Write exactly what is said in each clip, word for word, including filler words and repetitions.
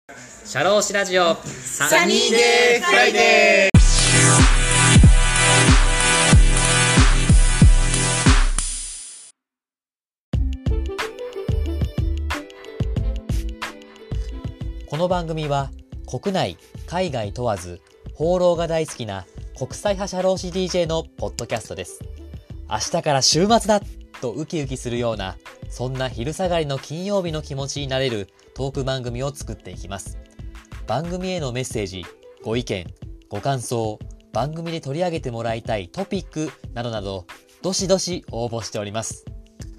シャローシラジオサニーデーフライデー。 この番組は国内海外問わず放浪が大好きな国際派社労士 ディージェー のポッドキャストです。明日から週末だとウキウキするような、そんな昼下がりの金曜日の気持ちになれるトーク番組を作っていきます。番組へのメッセージ、ご意見、ご感想、番組で取り上げてもらいたいトピックなどなど、どしどし応募しております。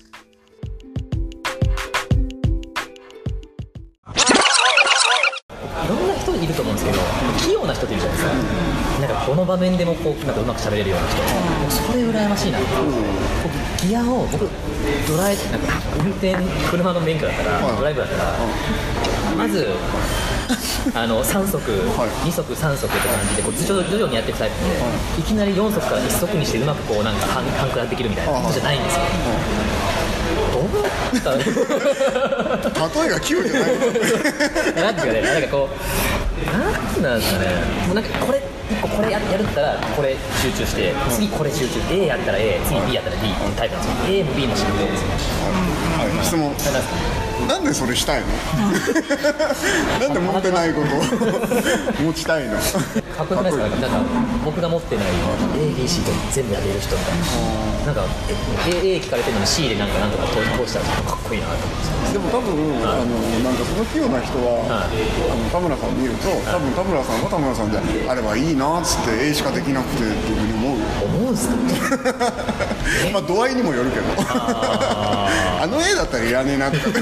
いろんな人いると思うんですけど、器用な人っているじゃないですか。なんかこの場面でもこうなんかうまく喋れるような人、もうそれ羨ましいな。ギアを僕ドライなんか運転車の免許だったら、ドライブだったら、まずあのさん速、に速、さん速って感じでこう徐々徐々にやっていくタイプで、いきなりよん速からいっ速にしてうまくこうなんか半半クラできるみたいなことじゃないんですよ。どうだった例えが器用じゃないなんていうかね、なんかこうなんなんですかね、もうなんかこれいっここれやるったらこれ集中して、次これ集中、A やったら A、次 B やったら D っていうタイプなんですよ。 A も B もしんどいんですよ。 はい、質問なんでそれしたいのなんで持ってないことを持ちたいのかっこよくないですか。なんか僕が持ってない エービーシー と全部やれる人みたいな、なんか A, A 聞かれてるのに C でなんかなんとか通したらかっこいいなと思って。 でも多分、はい、あのなんかその器用な人は、はい、あの田村さん見ると、多分田村さんは田村さんであればいいなっつって A しかできなくてっていうふうに思うよ。 思うんすかまあ度合いにもよるけどあ, あの A だったらいらねえなってポッ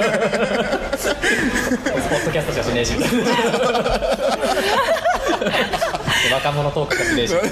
ドキャストしかしねえしみたいな若者トークしかしねえしこ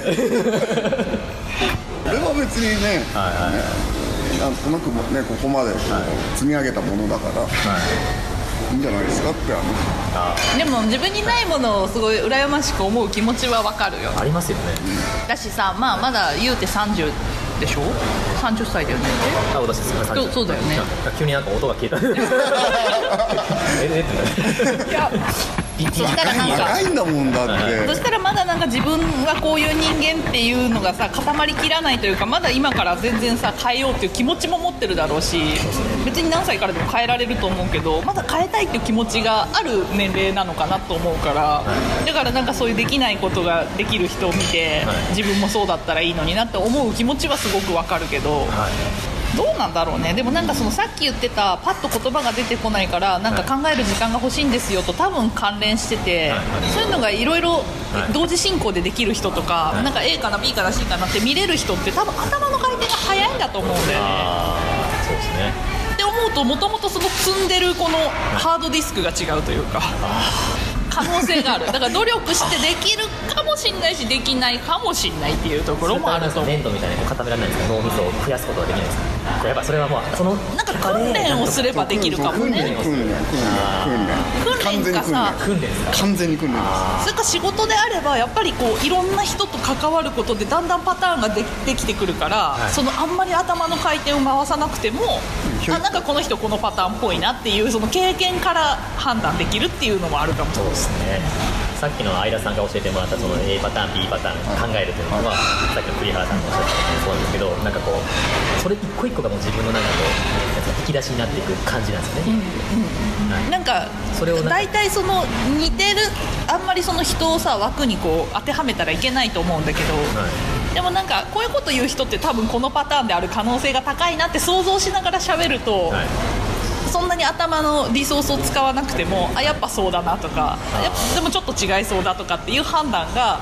れは別にね、 はいはい、 ねなんとなくねここまでこう積み上げたものだから、はい、いいんじゃないですかって話。 あでも自分にないものをすごい羨ましく思う気持ちは分かるよ。 ありますよね、 うん、だしさ、まあ、まだ言うてさんじゅうでしょ。さんじゅっさいだよね。 あ、私ですね。 そう、そうだよね。 急になんか音が消えたええっていやそしたらなんか長いんだもんだってそしたらまだなんか自分はこういう人間っていうのがさ固まりきらないというか、まだ今から全然さ変えようっていう気持ちも持ってるだろうし、別に何歳からでも変えられると思うけど、まだ変えたいっていう気持ちがある年齢なのかなと思うから、だからなんかそういうできないことができる人を見て、自分もそうだったらいいのになって思う気持ちはすごくわかるけど、どうなんだろうね。でもなんかそのさっき言ってたパッと言葉が出てこないからなんか考える時間が欲しいんですよと多分関連してて、そういうのがいろいろ同時進行でできる人とか、なんか A かな B かな C かなって見れる人って多分頭の回転が早いんだと思うんだよね。 そうですね。 って思うと、もともとその積んでるこのハードディスクが違うというか可能性がある。だから努力してできるかもしれないしできないかもしれないっていうところもあると思う。 粘土みたいに固められないんですか。脳みそを増やすことはできないですか。やっぱそれはもうそのなんか訓練をすればできるかもね。 訓練訓練訓練かさ訓練ですか。 完全に訓練です。 それか仕事であればやっぱりこういろんな人と関わることでだんだんパターンがでできてくるから、はい、そのあんまり頭の回転を回さなくても、あなんかこの人このパターンっぽいなっていうその経験から判断できるっていうのもあるかもしれない。 そうですね。さっきの相田さんが教えてもらったその A パターン B パターン考えるというのは、はい、さっきの栗原さんがおっしゃったのもそうなんですけど、なんかこうそれ一個一個がもう自分の中の引き出しになっていく感じなんですよね、 うんうんはい、なんかそれを大体その似てるあんまりその人をさ枠にこう当てはめたらいけないと思うんだけど、はい、でもなんかこういうこと言う人って多分このパターンである可能性が高いなって想像しながら喋ると、はい、そんなに頭のリソースを使わなくてもあやっぱそうだなとかやっぱでもちょっと違いそうだとかっていう判断が、はい、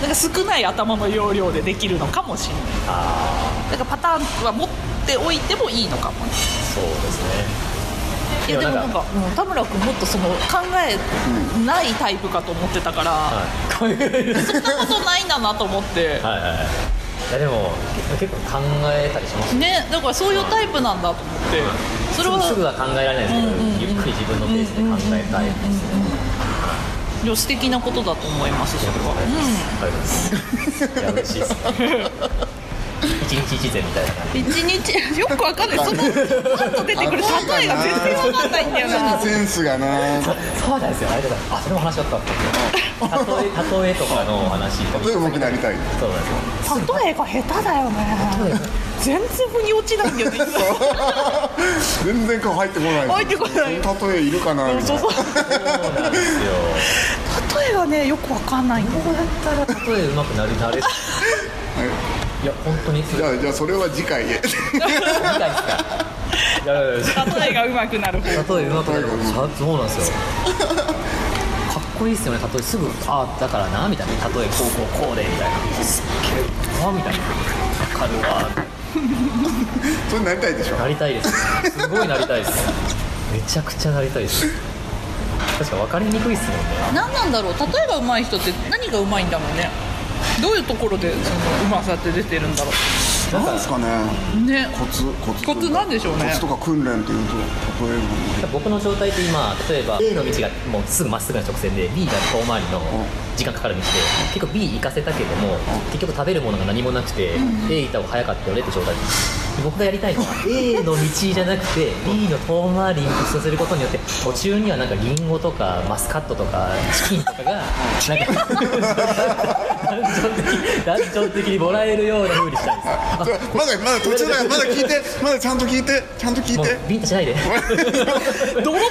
なんか少ない頭の容量でできるのかもしれない。あだからパターンは持っておいてもいいのかもね。 そうですね。 いやでもなんかもう田村君もっとその考えないタイプかと思ってたから、はい、そんなことないんだなと思ってはいはい、はい、 いやでも結構考えたりしますね。だからそういうタイプなんだと思って、 うん、それはすぐは考えられないですけど、うんうんうん、ゆっくり自分のペースで考えたいですね。 素敵なことだと思います。それは、うん、 ありがとうございます。いや嬉しいです一日一善みたいな感じ。 一日よくわかんない。そのパッと出てくる例えが全然わかんないんだよな。 センスがな。 そうそうなんですよ。あれだからあそれも話し合ったんですよ。例え例えとかの話。 例えば僕なりたい。 そうなんですよ。 例えが下手だよね。全然腑に落ちないんだよね。 全然顔入ってこない。 入ってこない。 例えいるかなみたいな。 そうそう。 そうなんですよ。 例えがねよくわかんないんだよ。 どうやったら例えうまくなるなれる。いや本当に。 じゃあじゃあそれは次回へ。 次回ですか。いやいやいや例えがうまくなる方。 例えうまくなる。そうなんですよ。かっこいいっすよね。例えすぐああだからなみたいな。例えこうこうこうでみたいな。すっげえわみたいな。わかるわ。 それなりたいでしょ。 なりたいです。すごいなりたいです。めちゃくちゃなりたいです。確か分かりにくいっすもんね。 何なんだろう。例えが上手い人って何が上手いんだろうね。どういうところでその上手さって出てるんだろう。 なんですかね。 ね。 コツコツコツなんでしょうね。 コツとか訓練っていうと例えば。 僕の状態って今例えば A の道がもうすぐまっすぐな直線で B が遠回りの時間かかる道で結構 B 行かせたけども結局食べるものが何もなくて A 行った方が早かったよねって状態です。僕がやりたいのは A の道じゃなくて B の遠回りにさせることによって途中にはなんかリンゴとかマスカットとかチキンとかがなんか断情的断情的にもらえるような風にしたいです。 まだまだ途中だよ。まだ聞いてまだちゃんと聞いてちゃんと聞いもうて。 ビンタしないで。 ドロップドロッ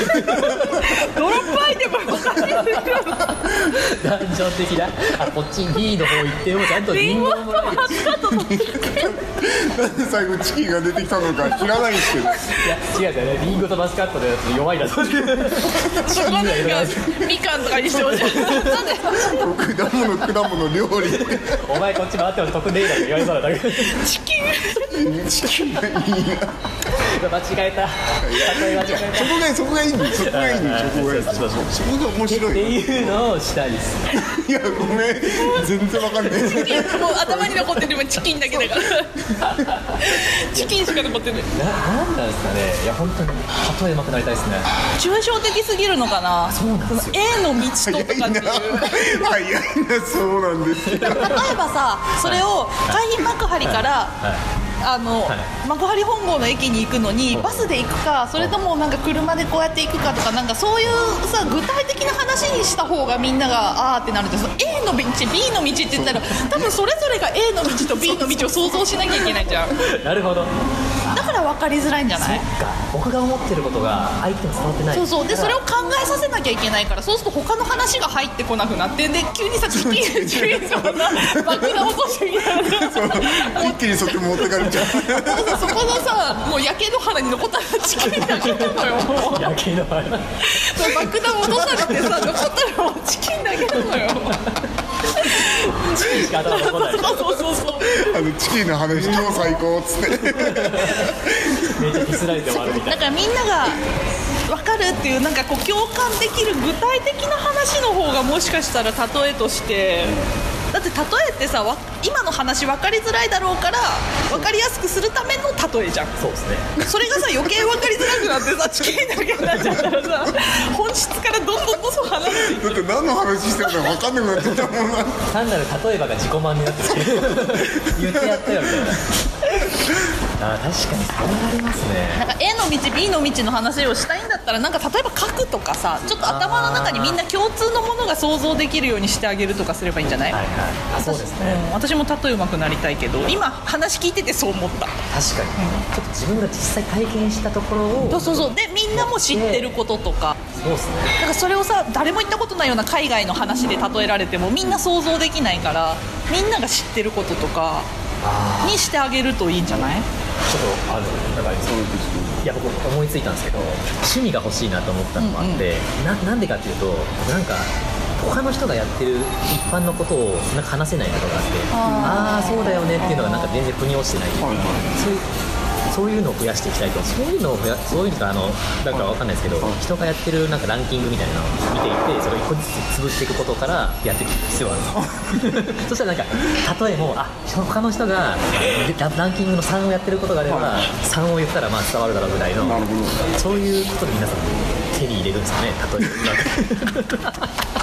プアイテムが分かんない。 断情的なあこっちに B の方行ってもちゃんとリンゴをもらえる。 マスカットとなんで最後チキンが出てきたのか知らないんですけど。 いや違う違うね。リンゴとマスカットのやつ弱いなと思って。 そこなんかみかんとかにしてほしい。なんで果物果物料理。 お前こっち回っても得ねえだって言われそうだったけど。 チキンチキンがいいな。 間違えた。例え間違えた。 そこがそこがいいんです。そこがいいんです。そこがいいんです。 そうそうそこが面白ってい。 いうのをしたいです。 いやごめん全然わかんない。 もう頭に残ってるのはチキンだけだからチキンしか残ってない。 ななんなんですかね。いや本当に例え上手くなりたいですね。 抽象的すぎるのかな。 そうなんですよ。 A の道ととかっていう。 早いな。そうなんですよ。 例えばさそれを海浜幕張から、 はいあの、 はい幕張本郷の駅に行くのにバスで行くかそれともなんか車でこうやって行くかとかなんかそういうさ具体的な話にした方がみんながあーってなるんです。 A の道 B の道って言ったら多分それぞれが A の道と B の道を想像しなきゃいけないじゃん。 なるほど。 だから分かりづらいんじゃない。 そっか僕が思ってることが相手に伝わってない。 そうそうでそれを考えさせなきゃいけないからそうすると他の話が入ってこなくなってで急にさチキンチキンそんな爆弾落としてみたいな一気にそっち持ってかれちゃう。 そこのさもう焼け野原に残ったらチキンだけなのよ。 やけの花。 爆弾落とされてさ残ったらもうチキンだけなのよ。 チキンしか頭残んない。 そうそうそうそうあのチキンの話超最高っつって。 めっちゃディスられて終わるみたいな。 だからみんなが分かるっていうなんかこう共感できる具体的な話の方がもしかしたら例えとしてだって例えってさわ今の話分かりづらいだろうから分かりやすくするための例えじゃん。 そうですね。 それがさ余計分かりづらくなってさチキンだけになっちゃったらさ本質からどんどんどんどん離れていく。 だって何の話してるか分かんなくなってきたもんな。 単なる例えばが自己満になってる。言ってやったよみたいな。あ確かにそれはありますね。 なんか A の道 B の道の話をしたいんだったらなんか例えば書くとかさちょっと頭の中にみんな共通のものが想像できるようにしてあげるとかすればいいんじゃない。 はいはい。あそうですね。 うん、私も例え上手くなりたいけど今話聞いててそう思った。 確かに、ちょっと自分が実際体験したところをそうそうそうでみんなも知ってることとかそうですね。 なんかそれをさ誰も行ったことないような海外の話で例えられてもみんな想像できないからみんなが知ってることとかあにしてあげるといいんじゃない。 ちょっとあのだからいや僕思いついたんですけど趣味が欲しいなと思ったのもあって、うんうん、な, なんでかっていうとなんか他の人がやってる一般のことをなんか話せないことがあってああーそうだよねっていうのがなんか全然腑に落ちてない、はいはい、そういうそういうのを増やしていきたいとそういうのを増やそういうのかあのなんかわかんないですけど、はい、人がやってるなんかランキングみたいなのを見ていてそれを一個ずつ潰していくことからやっていく必要があるんですそしたらなんか例えもあ他の人がランキングのさんをやってることがあれば、はい、さんを言ったらまあ伝わるだろうぐらいのそういうことで皆さん手に入れるんですかね例えば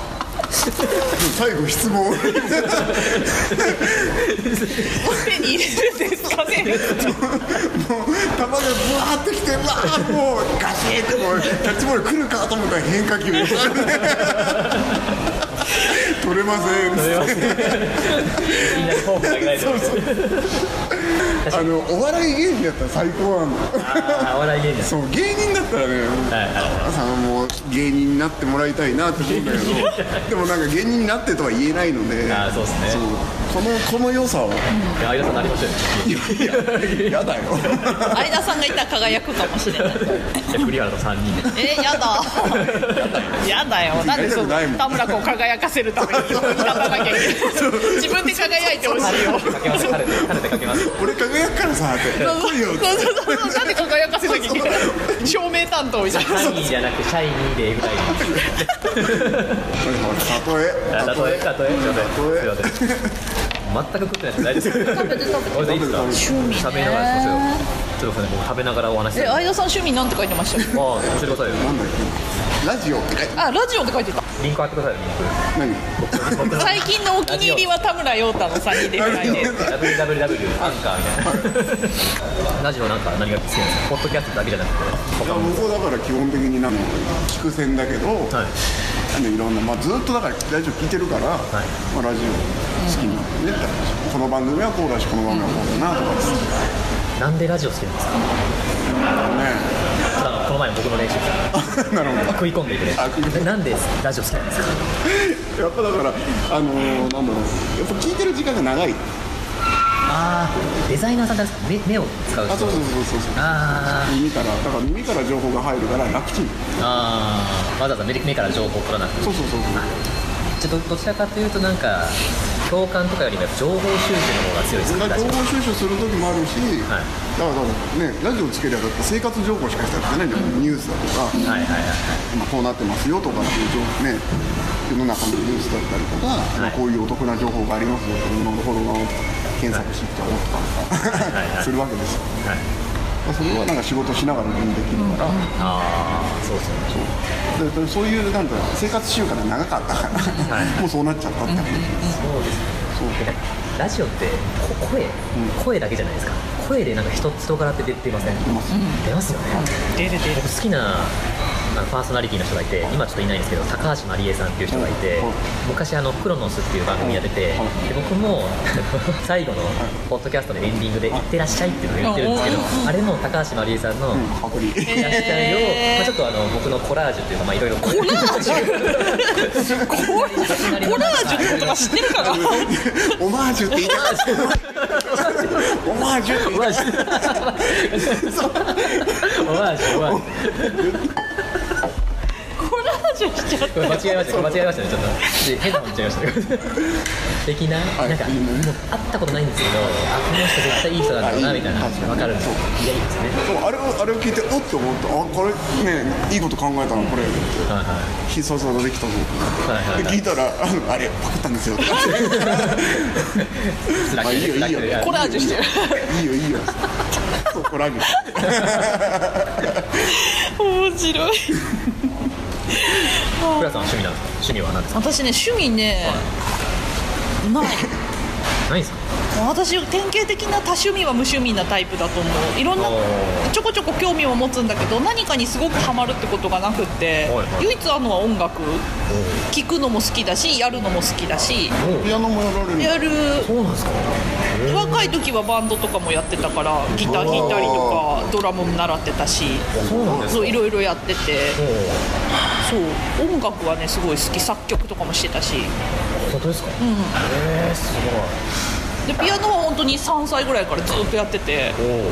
最後質問手に入れるんですかね。 もう球がブワーってきて、うわーもうガシーってもうキャッチボール来るかと思ったら変化球で取れません。 取れません。みんなにフォーク投げられてる。 あのお笑い芸人だったら最高なんだ。 ああ、お笑い芸人。 そう芸人だったらね、 はいはい。 さんも芸人になってもらいたいなって思うんだけど、でもなんか芸人になってとは言えないので、 あーそうですね。 そうこのこの良さは、 いや、相田さんなりましょうよ。 やだよ。 相田さんがいたら輝くかもしれない。 栗原とさんにんで。 えー、やだ。やだよ。なんでその田村君を輝かせるために立たなきゃいけない。自分で輝いてほしいよ。 かけます。晴れて晴れてかけます。 俺輝くからさって来いよ。 そうそうそうそう。なんで輝かせなきゃいけない。照明担当みたいな。 シャイニーじゃなくシャイニーでエグタイム。 例え例え例え例えすいません。全く食ってないです。大丈夫です。 食べて食べて。 これでいいですか。 趣味ね。 食べながらそうそう。ちょっとね、僕食べながらお話しすえ、 る。あ相田さん趣味なんて書いてました。 あ、教えてくださいよ。 なんだっけ、ラジオって書いてあ、ラジオって書いてた。 リンク貼ってくださいよ。リンク。 何最近のお気に入りは田村陽太のさんにんで書いて。 ダブリューダブリューダブリュー アンカーみたいな。ラジオなんか何が好きなんですか。ポッドキャストだけじゃなくて他も。 僕はだから基本的になんか聞く線だけど、 はい。 あのいろんな、まあ、ずっとだからラジオ聞いてるから、 はい。 まあ、ラジオ好きなんでね、この番組はこうだしこの番組はこうだなとかですなんでラジオ好きなんですか。 ね。 あのこの前も僕の練習したなるほど。 食い込んでいくね。 あ食い込んでなんでラジオ好きなんですか。 やっぱだからあのー、なんだろう、やっぱ聞いてる時間が長い。 ああ、デザイナーさんって目目を使う人。 あ、そうそうそうそうそう。 あー耳からだから耳から情報が入るから楽ちん。 あー、わざわざ目目から情報を取らなくて。 そうそうそうそう。 ちょっとどちらかというとなんか共感とかよりもやっぱ情報収集の方が強いですね。 だから情報収集する時もあるし、 はい。 だからね、ラジオつけりゃだって生活情報しかしたら出ないんだよ、ニュースだとか、 はいはいはい。 今こうなってますよとかっていう情報ね、世の中のニュースだったりとか、 はいこういうお得な情報がありますよとか、今のフォロワーを検索してちゃおうとかはいはいするわけですよ。 はい。 それはなんか仕事しながらでもできるから、 ああ、そうそう。 でそういうなんか生活習慣が長かったから、 はいもうそうなっちゃったって話。 そうですね。 そうでラジオってこ声、声だけじゃないですか。声でなんか人人柄って出てません。 出ます出ますよね。 出る出る。 僕好きなあのパーソナリティの人がいて、今ちょっといないんですけど、高橋まりえさんっていう人がいて、 はい昔あのクロノスっていう番組やってて、で僕も最後のポッドキャストでエンディングで「いってらっしゃい」っていうのを言ってるんですけど、あれも高橋まりえさんの「いうんパクリってらっしゃい」を、まあ、ちょっとあの僕のコラージュっていうか、まあいろいろコラージュコラージュってことは知ってるから。 オマージュって言いたい。オマージュって言いたい。 オマージュオマージュコラージュしちゃっこれ間違えましたね、間違えましたね、ちょっと変なこと言っちゃいましたね。的な、 はいなんか、もう会ったことないんですけど、あ、この人絶対いい人なんだろうなみたいな、わかるんですよ。いや、いいですね。 そうあれをあれを聞いておっと思ったあこれねいいこと考えたのこれはいはい。 必殺技できたぞはいはいはいで聞いたらあのあれパクったんですよ辛くあいいよいいよ辛くコラージュしてる。 いいよいいよそうコラージュ面白い。 フラさんは趣味なんですか。趣味は何ですか。 私ね、趣味ね、ない。 ないですか。 私典型的な多趣味は無趣味なタイプだと思う。いろんなおーちょこちょこ興味を持つんだけど、何かにすごくハマるってことがなくって、 はいはい唯一あるのは音楽。聴くのも好きだし、やるのも好きだし、 ピアノもやられるやる。 そうなんですか。 若い時はバンドとかもやってたから、ギター弾いたりとかドラムも習ってたし、 そうなんですか。 そういろいろやってて、 おそう音楽はねすごい好き。作曲とかもしてたし、 ー本当ですか。 うん、 えー、すでピアノは本当にさんさいぐらいからずっとやってて、 ごい。おお。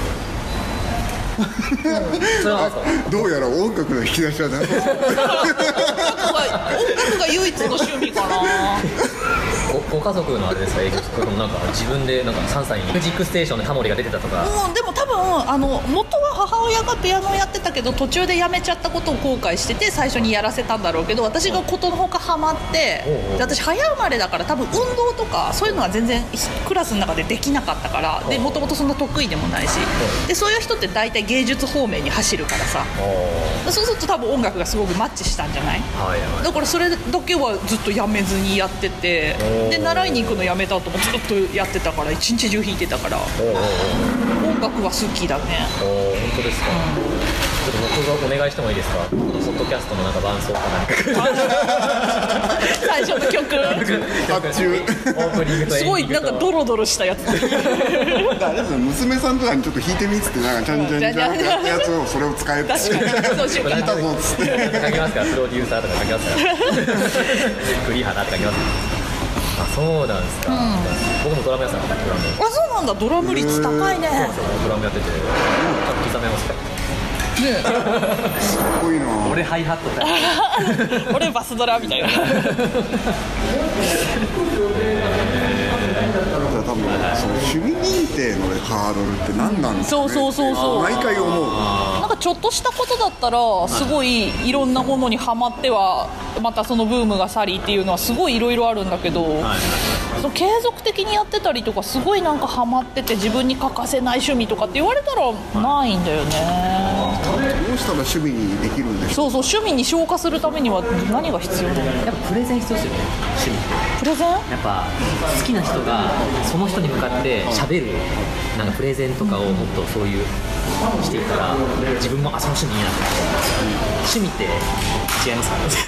それは何ですか。 どうやら音楽の引き出しはな音楽が音楽が唯一の趣味かな。 おご家族のあれですか、営業それともなんか自分でなんかさんさいにミュージックステーションでタモリが出てたとか。 うん、でも多分あの元は母親がピアノをやってたけど途中で辞めちゃったことを後悔してて最初にやらせたんだろうけど、私がことのほかハマって、で私早生まれだから多分運動とかそういうのは全然クラスの中でできなかったから、でもともとそんな得意でもないし、でそういう人って大体芸術方面に走るからさ、そうすると多分音楽がすごくマッチしたんじゃない、はいはい、だからそれだけはずっとやめずにやってて、で習いに行くのやめた後もずっとやってたから一日中弾いてたから、音楽は好きだね。 本当ですか、うん、ちょっと僕がお願いしてもいいですか、ポッドキャストのなんか伴奏かなんか最初の曲発注オープニングとすごいなんかドロドロしたやつだ娘さんとかにちょっと弾いてみっつってなんかチャンチャンチャンってやったやつをそれを使えって確かにそうしよう聞いたぞっつって書きますからプロデューサーとか書きますから栗原って書きますから。あ、そうなんですか、うん、僕もドラムやってたんですドラム。 あ、そうなんだ、ドラム率高いね。 そうそうドラムやってて、多分刻めますからねすごいな。 俺ハイハットだ俺バスドラみたいな多分その趣味認定のハードルって何なんですかね。 そうそうそうそう、 毎回思う。 なんかちょっとしたことだったらすごいいろんなものにハマってはまたそのブームが去りっていうのはすごいいろいろあるんだけど、その継続的にやってたりとかすごいなんかハマってて自分に欠かせない趣味とかって言われたらないんだよね。 どうしたら趣味にできるんでしょう。 そうそう、趣味に消化するためには何が必要なの。 やっぱプレゼン必要ですよね、趣味って。 プレゼン、 やっぱ好きな人がその人に向かって喋るなんかプレゼンとかをもっとそういうしていたら自分もあその趣味いいなって趣味って違います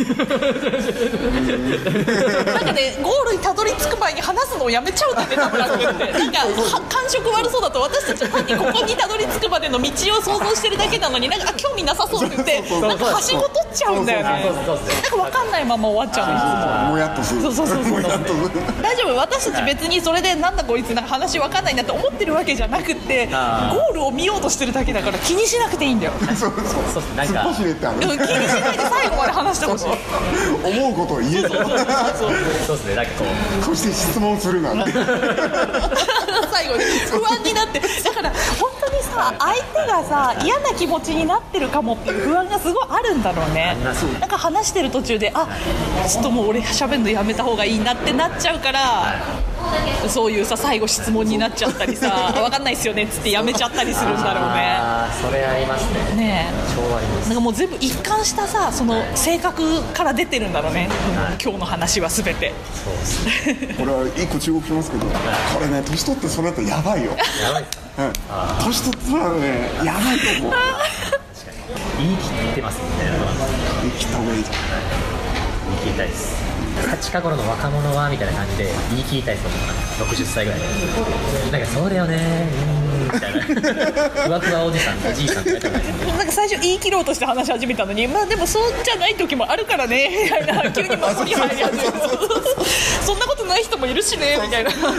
かなんかね、ゴールにたどり着く前に話すのをやめちゃうんだね、田村君ってなんか感触悪そうだと私たちは単にここにたどり着くまでの道を想像してるだけなのになんかあ興味なさそうって言ってなんかはしご取っちゃうんだよね。なんか分かんないまま終わっちゃうんです。 もやっとする。 そうそうそうそう大丈夫、私たち別にそれでなんだこいつなんか話分かんないなって思ってるわけじゃなくってゴールを見ようとしてるだけだから気にしなくていいんだよ。 そうそうそう、なんか突っ走れってある。 気にしないで最後まで話してほしい思うことを言えとそうですね、なんかこうそして質問するなんて最後に不安になってだから本当にさ相手がさ嫌な気持ちになってるかもっていう不安がすごいあるんだろうね。なんか話してる途中であちょっともう俺喋るのやめた方がいいなってなっちゃうから、そういうさ最後質問になっちゃったりさ分かんないっすよねっつってやめちゃったりするんだろうね。 あそれありますね。 ね超あります。 なんかもう全部一貫したさその性格から出てるんだろうね、はい、今日の話は全て。 そうですねこれは一個注目しますけど、これね年取ってそれだとやばいよ。 やばいっすか、 うん、年取ってたらねやばいと思う言い切ってますみたいな。 言い切った方がいい。 言い切りたいです。近頃の若者はみたいな感じで言い切りたいですよ。ろくじゅっさいぐらいでなんかそうだよねーみたいなふわふわおじさんおじいさんって言われたくないですなんか最初言い切ろうとして話し始めたのにまあでもそうじゃない時もあるからねみたいな急に守り入り始めるそんなことない人もいるしねみたいなそう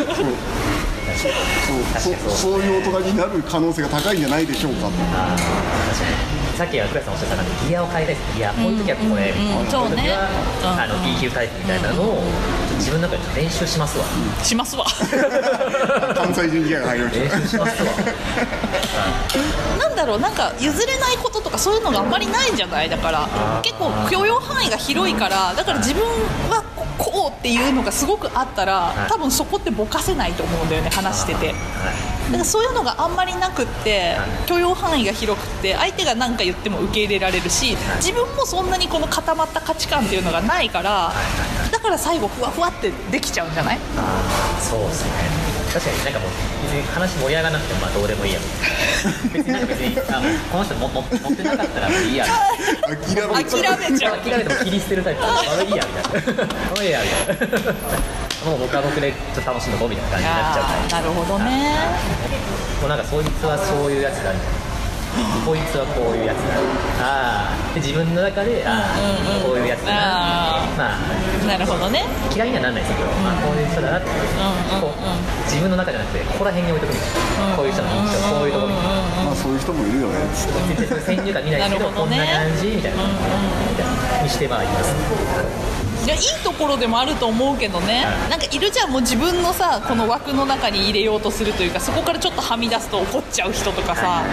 そうそうそういう大人になる可能性が高いんじゃないでしょうか。 あ確かにさっきは倉さんおっしゃったのでギアを変えたいです。ギアこういう時はこれ、 うんうん、 こういう時は、うん、あの ビーキュー タイプみたいなのを自分の中で練習しますわ、 うん、しますわ関西人ギアが入りました練習しますわなんだろうなんか譲れないこととかそういうのがあんまりないんじゃない。だから結構許容範囲が広いからだから自分はこうっていうのがすごくあったら多分そこってぼかせないと思うんだよね話してて。だからそういうのがあんまりなくって許容範囲が広くって相手が何か言っても受け入れられるし自分もそんなにこの固まった価値観っていうのがないからだから最後ふわふわってできちゃうんじゃない。 あそうですね。確かになんかもう別に話盛り上がらなくてもまあどうでもいいや別になんか別にあこの人も持ってなかったらもういいや諦めちゃう諦めちゃう諦めても切り捨てるタイプあいいやみたいなもういいやみたいなもう僕は僕でちょっと楽しんでこうみたいな感じになっちゃうタイプ。 なるほどね。 もうなんかそいつはそういうやつだみたいなこいつはこういうやつだああで自分の中でああ、うんうん、こういうやつだなまあなるほどね。 嫌いにはならないですけど、うんまあ、こういう人だなって、うんうんうん、こう自分の中じゃなくてここら辺に置いとくみたいな、うん、こういう人の印象こういうところに、 まあそういう人もいるよね絶対先入観見ないですけどこんな感じみたいな、うんうん、にしてまあいます。 いやいいところでもあると思うけどね、はい、なんかいるじゃん、もう自分のさこの枠の中に入れようとするというか、そこからちょっとはみ出すと怒っちゃう人とかさ、はい、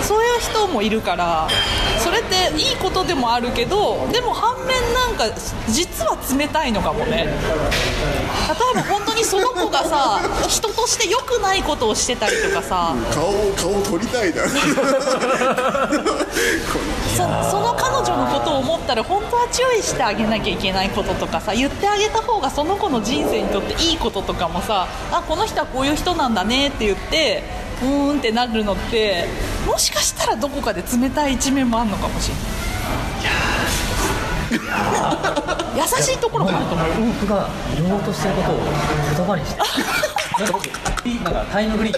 そういう人もいるから、それっていいことでもあるけど、でも反面なんか実は冷たいのかもね。例えば本当にその子がさ人として良くないことをしてたりとかさ、 顔顔撮りたいなそ, その彼女のことを思ったら本当は注意してあげなきゃいけないこととかさ、言ってあげた方がその子の人生にとっていいこととかもさ、あこの人はこういう人なんだねって言ってうーんってなるのって、もしかしたらどこかで冷たい一面もあるのかもしれない。優しいところもあると思う。 僕が言おうとしてることを言葉にしてなんか僕なんかタイムフリー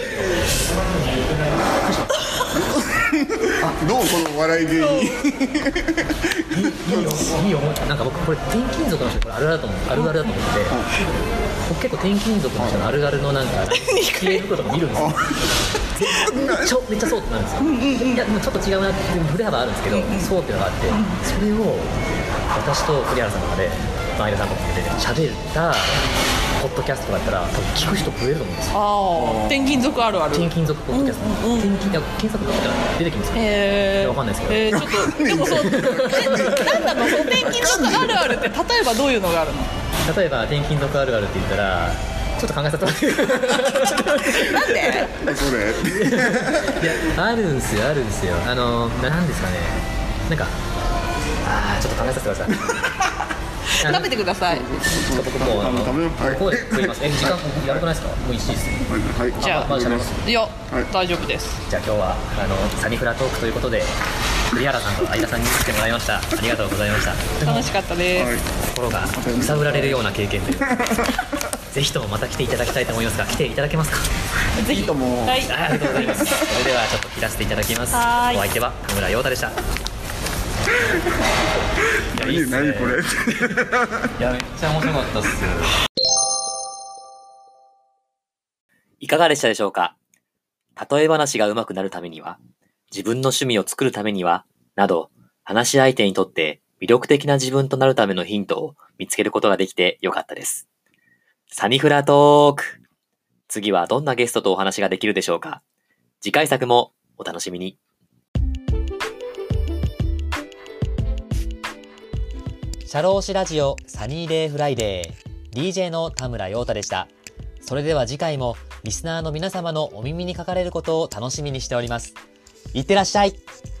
どうこの笑い芸人いいよいいよ。なんか僕これ転勤族の人これあるあるだと思うあるあるだと思ってて、僕結構転勤族の人のあるあるのなんか消えることとか見るんですよ。ちょめっちゃそうってなるんですよ、うんうんうん、いやもうちょっと違うなって振れ幅あるんですけど、うんうん、そうっていうのがあって、うん、それを私と栗原さんとかで前田さんとかで喋ったポッドキャストだったら多分聞く人増えると思うんですよ。 ああ、転勤族あるある。 転勤族ポッドキャスト、うんうんうん、転勤検索したら出てきますか。 へえ。 わかんないですけど。 えー、ちょっとでもそうえなんなのその転勤族あるあるって例えばどういうのがあるの？ 例えば転勤族あるあるって言ったらちょっと考えさせてもらってなんで？ それいやあるんすよあるんすよ。あのなんですかね、なんかあちょっと考えさせてください。 食べてください。 僕もうあの食べよう。はい。 ここで食います。え時間やばくないですか？もういいです。 はい。 じゃあまだ喋ります。 いや、 はい、大丈夫です。 じゃあ今日はあのサニフラトークということで栗原さんと相田さんに来てもらいました。ありがとうございました。 楽しかったです。はい、 心が揺さぶられるような経験でぜひともまた来ていただきたいと思いますが、来ていただけますか？ ぜひとも。はい。 ありがとうございます。それではちょっと切らせていただきます。お相手は田村陽太でした。 いやいいっすね。何これ。いやめっちゃ面白かったっす。いかがでしたでしょうか？例え話が上手くなるためには、自分の趣味を作るためには、など、話し相手にとって魅力的な自分となるためのヒントを見つけることができてよかったです。サニフラトーク。次はどんなゲストとお話ができるでしょうか？次回作もお楽しみに。シャローシラジオサニーデイフライデー ディージェー の田村陽太でした。それでは次回もリスナーの皆様のお耳にかかれることを楽しみにしております。いってらっしゃい。